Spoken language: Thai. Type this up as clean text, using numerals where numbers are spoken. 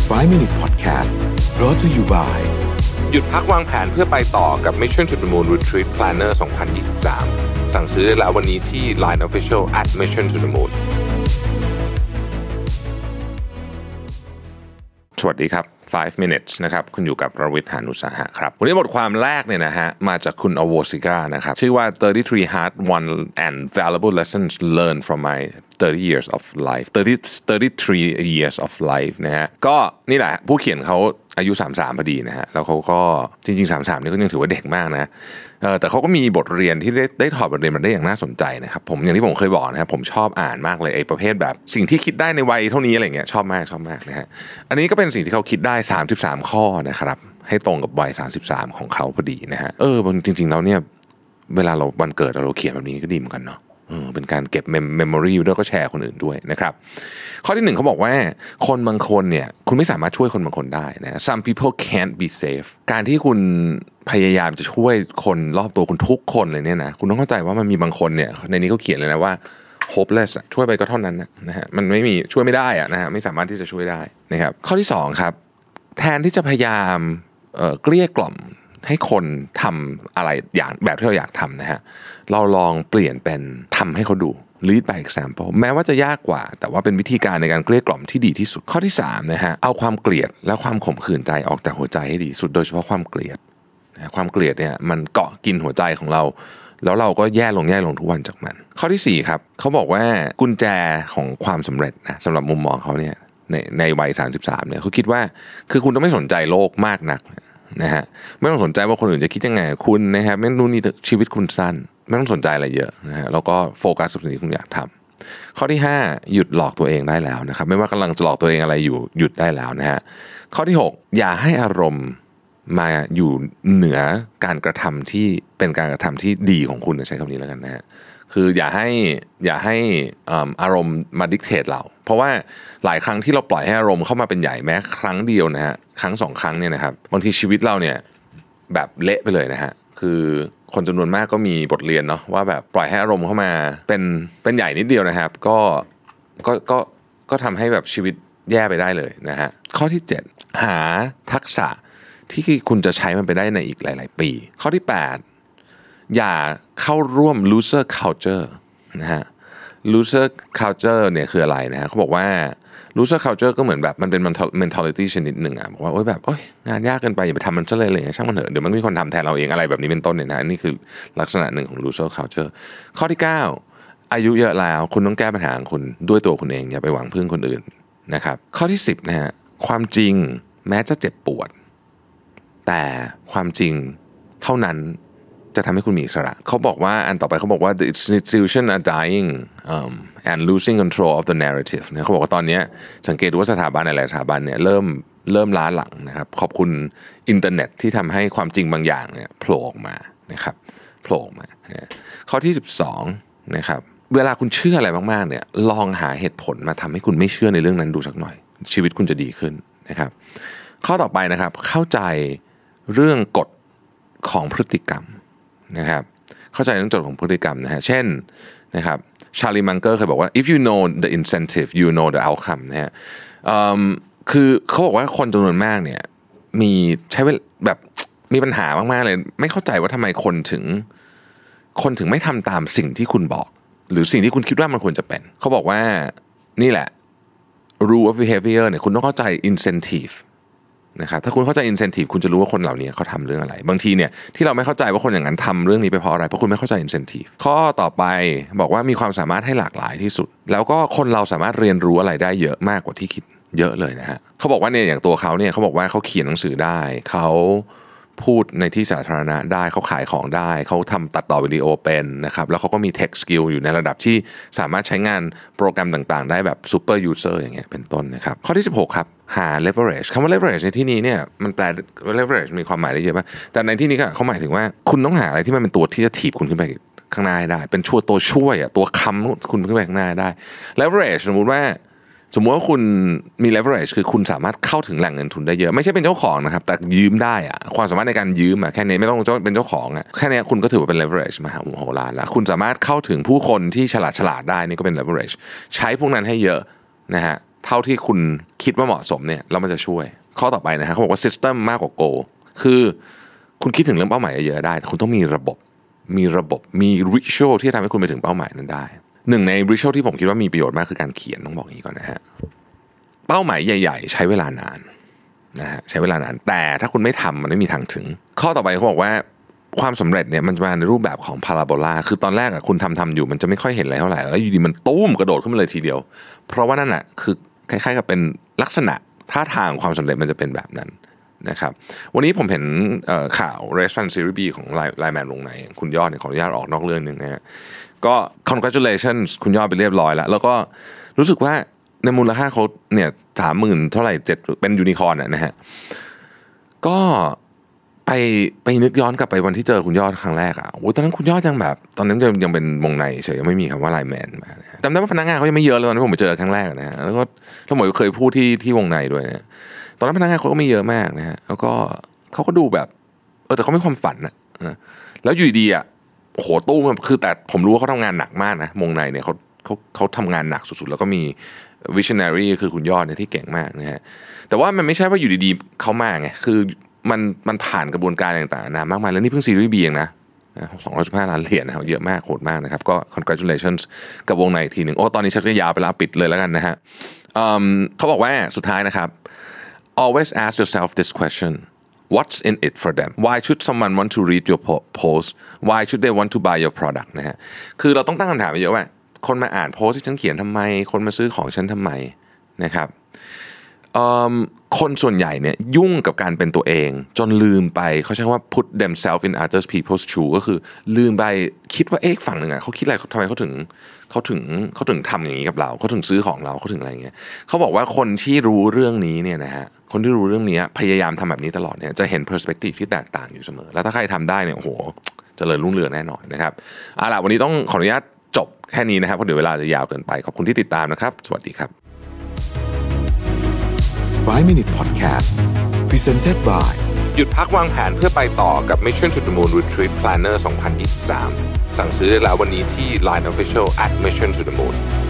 5 Minute Podcast brought to you by หยุดพักวางแผนเพื่อไปต่อกับ Mission to the Moon Retreat Planner 2023 สั่งซื้อได้แล้ววันนี้ที่ Line Official @Mission to the Moon สวัสดีครับ 5 minutes นะครับคุณอยู่กับรวิทย์ หาญอุตสาหะครับวันนี้บทความแรกเนี่ยนะฮะมาจากคุณอโวซิก้านะครับชื่อว่า 33 hard won and valuable lessons learned from my 30 years of life 33 years of life นะฮะก็นี่แหละผู้เขียนเขาอายุ33พอดีนะฮะแล้วเขาก็จริงๆ33นี่ก็ยังถือว่าเด็กมากนะแต่เขาก็มีบทเรียนที่ได้ถอดบทเรียนมาได้อย่างน่าสนใจนะครับผมอย่างที่ผมเคยบอกนะครับผมชอบอ่านมากเลยไอ้ประเภทแบบสิ่งที่คิดได้ในวัยเท่านี้อะไรเงี้ยชอบมากนะฮะอันนี้ก็เป็นสิ่งที่เขาคิดได้33ข้อนะครับให้ตรงกับวัย33ของเขาพอดีนะฮะจริงๆแล้วเนี่ยเวลาเราวันเกิดเราเขียนแบบนี้ก็ดีเหมือนกันเนาะเป็นการเก็บเมมโมรีแล้วก็แชร์คนอื่นด้วยนะครับข้อที่1เขาบอกว่าคนบางคนเนี่ยคุณไม่สามารถช่วยคนบางคนได้นะ Some people can't be safe การที่คุณพยายามจะช่วยคนรอบตัวคุณทุกคนเลยเนี่ยนะคุณต้องเข้าใจว่ามันมีบางคนเนี่ยในนี้เขาเขียนเลยนะว่า hopeless ช่วยไปก็เท่านั้นนะฮะมันไม่มีช่วยไม่ได้นะฮะไม่สามารถที่จะช่วยได้นะครับข้อที่2ครับแทนที่จะพยายามเกลี้ยกล่อมให้คนทำอะไรอย่างแบบที่เราอยากทำนะฮะเราลองเปลี่ยนเป็นทำให้เขาดู lead by example แม้ว่าจะยากกว่าแต่ว่าเป็นวิธีการในการเกลี้ยกล่อมที่ดีที่สุดข้อที่3นะฮะเอาความเกลียดและความข่มขืนใจออกจากหัวใจให้ดีสุดโดยเฉพาะความเกลียดความเกลียดเนี่ยมันเกาะกินหัวใจของเราแล้วเราก็แย่ลงทุกวันจากมันข้อที่4ครับเขาบอกว่ากุญแจของความสำเร็จนะสำหรับมุมมองเขาเนี่ยในวัย33เนี่ยเขาคิดว่าคือคุณต้องไม่สนใจโลกมากนักนะฮะไม่ต้องสนใจว่าคนอื่นจะคิดยังไงคุณนะครับไม่รู้นี่ชีวิตคุณสั้นไม่ต้องสนใจอะไรเยอะนะฮะแล้วก็โฟกัสกับสิ่งที่คุณอยากทำข้อที่5หยุดหลอกตัวเองได้แล้วนะครับไม่ว่ากำลังจะหลอกตัวเองอะไรอยู่หยุดได้แล้วนะฮะข้อที่6อย่าให้อารมณ์มาอยู่เหนือการกระทำที่เป็นการกระทำที่ดีของคุณใช้คำนี้แล้วกันนะฮะคืออย่าให้อารมณ์มาดิกเทตเราเพราะว่าหลายครั้งที่เราปล่อยให้อารมณ์เข้ามาเป็นใหญ่แม้ครั้งเดียวนะฮะครั้ง2ครั้งเนี่ยนะครับบางทีชีวิตเราเนี่ยแบบเละไปเลยนะฮะคือคนจำนวนมากก็มีบทเรียนเนาะว่าแบบปล่อยให้อารมณ์เข้ามาเป็นใหญ่นิดเดียวนะครับก็ทำให้แบบชีวิตแย่ไปได้เลยนะฮะข้อที่7หาทักษะที่คุณจะใช้มันไปได้ในอีกหลายๆปีข้อที่8อย่าเข้าร่วม loser culture นะฮะ loser culture เนี่ยคืออะไรนะฮะเขาบอกว่า loser culture ก็เหมือนแบบมันเป็น mentality ชนิดหนึ่งบอกว่าแบบงานยากเกินไปอย่าไปทำมันซะเลยอะไรอย่างเงี้ยช่างมันเถอะเดี๋ยวมันมีคนทำแทนเราเองอะไรแบบนี้เป็นต้นเนี่ยนะนี่คือลักษณะหนึ่งของ loser culture ข้อที่9อายุเยอะแล้วคุณต้องแก้ปัญหาของคุณด้วยตัวคุณเองอย่าไปหวังพึ่งคนอื่นนะครับข้อที่10นะฮะความจริงแม้จะเจ็บปวดแต่ความจริงเท่านั้นจะทำให้คุณมีอิสระเขาบอกว่าอันต่อไปเขาบอกว่า the institution are dying and losing control of the narrative นะเขาบอกว่าตอนนี้สังเกตดูว่าสถาบันหลายสถาบันเนี่ยเริ่มล้าหลังนะครับขอบคุณอินเทอร์เน็ตที่ทำให้ความจริงบางอย่างเนี่ยโผล่ออกมานะครับโผล่ออกมาข้อที่12นะครับเวลาคุณเชื่ออะไรมากๆเนี่ยลองหาเหตุผลมาทำให้คุณไม่เชื่อในเรื่องนั้นดูสักหน่อยชีวิตคุณจะดีขึ้นนะครับข้อต่อไปนะครับเข้าใจเรื่องกฎของพฤติกรรมนะครับเข้าใจเรื่องกฎของพฤติกรรมนะฮะเช่นนะครับชาลีมังเกอร์เคยบอกว่า if you know the incentive you know the outcome นะฮะคือเขาบอกว่าคนจำนวนมากเนี่ยใช้แบบมีปัญหามากๆเลยไม่เข้าใจว่าทำไมคนถึงไม่ทำตามสิ่งที่คุณบอกหรือสิ่งที่คุณคิดว่ามันควรจะเป็นเขาบอกว่านี่แหละ rule of behavior เนี่ยคุณต้องเข้าใจ incentiveนะครับถ้าคุณเข้าใจ incentive คุณจะรู้ว่าคนเหล่านี้เขาทำเรื่องอะไรบางทีเนี่ยที่เราไม่เข้าใจว่าคนอย่างนั้นทำเรื่องนี้ไปเพราะอะไรเพราะคุณไม่เข้าใจ incentive ข้อต่อไปบอกว่ามีความสามารถให้หลากหลายที่สุดแล้วก็คนเราสามารถเรียนรู้อะไรได้เยอะมากกว่าที่คิดเยอะเลยนะฮะเขาบอกว่าเนี่ยอย่างตัวเขาเนี่ยเขาบอกว่าเขาเขียนหนังสือได้เขาพูดในที่สาธารณะได้เขาขายของได้เขาทำตัดต่อวิดีโอเป็นนะครับแล้วเขาก็มี tech skill อยู่ในระดับที่สามารถใช้งานโปรแกรมต่างๆได้แบบ super user อย่างเงี้ยเป็นต้นนะครับข้อที่16ครับหา leverage คำว่า leverage ในที่นี้เนี่ยมันแปล leverage มีความหมายได้เยอะมากแต่ในที่นี้ก็เขาหมายถึงว่าคุณต้องหาอะไรที่มันเป็นตัวที่จะถีบคุณขึ้นไปข้างหน้าได้เป็นตัวช่วยตัวค้ำคุณขึ้นไปข้างหน้าได้ leverage สมมุติว่าคุณมี leverage คือคุณสามารถเข้าถึงแหล่งเงินทุนได้เยอะไม่ใช่เป็นเจ้าของนะครับแต่ยืมได้ความสามารถในการยืมแค่นี้ไม่ต้องเป็นเจ้าของแค่นี้คุณก็ถือว่าเป็น leverage มหาโหฬารแล้วคุณสามารถเข้าถึงผู้คนที่ฉลาดได้นี่ก็เป็น leverage ใช้พวกนั้นให้เยอะนะฮะเท่าที่คุณคิดว่าเหมาะสมเนี่ยแล้วมันจะช่วยข้อต่อไปนะฮะเขาบอกว่า system มากกว่า goal คือคุณคิดถึงเรื่องเป้าหมายเยอะๆได้แต่คุณต้องมีระบบมี ritual ที่ทำให้คุณไปถึงเป้าหมายนั้นได้หนึ่งใน ritual ที่ผมคิดว่ามีประโยชน์มากคือการเขียนต้องบอกอย่างนี้ก่อนนะฮะเป้าหมายใหญ่ๆใช้เวลานานนะฮะใช้เวลานานแต่ถ้าคุณไม่ทำมันไม่มีทางถึงข้อต่อไปเขาบอกว่าความสำเร็จเนี่ยมันจะมาในรูปแบบของพาราโบลาคือตอนแรกคุณทำอยู่มันจะไม่ค่อยเห็นอะไรเท่าไหร่แล้วอยู่ดีมันตุ้มกระโดดขึ้นมาเลยทีเดียวเพราะว่านั่นน่ะคือคล้ายๆกับเป็นลักษณะท่าทางความสำเร็จมันจะเป็นแบบนั้นนะครับวันนี้ผมเห็นข่าว Restaurant Series B ของไลน์แมนวงในคุณยอดเนี่ยขออนุญาตออกนอกเรื่องนึงนะฮะก็ congratulations คุณยอดไปเรียบร้อยแล้วแล้วก็รู้สึกว่าในมูลค่าเขาเนี่ย 30,000 เท่าไหร่7เป็นยูนิคอร์นนะฮะก็ไปนึกย้อนกลับไปวันที่เจอคุณยอดครั้งแรกอ่ะโอ้ตอนนั้นคุณยอดยังแบบตอนนั้นยังเป็นวงในเฉยยังไม่มีคำว่าไลน์แมนมาจำได้ว่าพนักงานเขายังไม่เยอะเลยตอนที่ผมไปเจอครั้งแรกนะฮะแล้วก็ผมเคยพูดที่วงในด้วยนะตอนนั้นพนักงานเขาก็ไม่เยอะมากนะฮะแล้วก็เขาก็ดูแบบแต่เขาไม่ความฝันนะแล้วอยู่ดีอ่ะโหตู้มันคือแต่ผมรู้ว่าเขาทำงานหนักมากนะวงในเนี่ยเขาทำงานหนักสุดๆแล้วก็มี visionary คือคุณยอดเนี่ยที่เก่งมากนะฮะแต่ว่ามันไม่ใช่ว่าอยู่ดีๆเขามาไงคือมันผ่านกระบวนการต่างๆนามากมายแล้วนี่เพิ่งซีรีส์ B เองนะ215 ล้านเหรียญนะครับเยอะมากโหดมากนะครับก็ congratulations กับวงในอีกทีหนึ่งโอ้ตอนนี้ชักจะยาวไปแล้วปิดเลยแล้วกันนะฮะเขาบอกว่าสุดท้ายนะครับ always ask yourself this question what's in it for them why should someone want to read your post why should they want to buy your product นะฮะคือเราต้องตั้งคำถามเยอะว่าคนมาอ่านโพสที่ฉันเขียนทำไมคนมาซื้อของฉันทำไมนะครับคนส่วนใหญ่เนี่ยยุ่งกับการเป็นตัวเองจนลืมไปเขาใช้คำว่า put themselves in other people's shoe ก็คือลืมไปคิดว่าฝั่งหนึ่งเขาคิดอะไรทำไมเขาถึงทำอย่างนี้กับเราเขาถึงซื้อของเราเขาถึงอะไรเงี้ยเขาบอกว่าคนที่รู้เรื่องนี้เนี่ยนะฮะคนที่รู้เรื่องนี้พยายามทำแบบนี้ตลอดเนี่ยจะเห็น perspective ที่แตกต่างอยู่เสมอแล้วถ้าใครทำได้เนี่ยโอ้โหเจริญรุ่งเรืองแน่นอนนะครับเอาล่ะวันนี้ต้องขออนุญาตจบแค่นี้นะครับเพราะเดี๋ยวเวลาจะยาวเกินไปขอบคุณที่ติดตามนะครับสวัสดีครับ 5 Minute Podcast Presented by หยุดพักวางแผนเพื่อไปต่อกับ Mission to the Moon Retreat Planner 2023 สั่งซื้อได้แล้ววันนี้ที่ Line Official @Mission to the Moon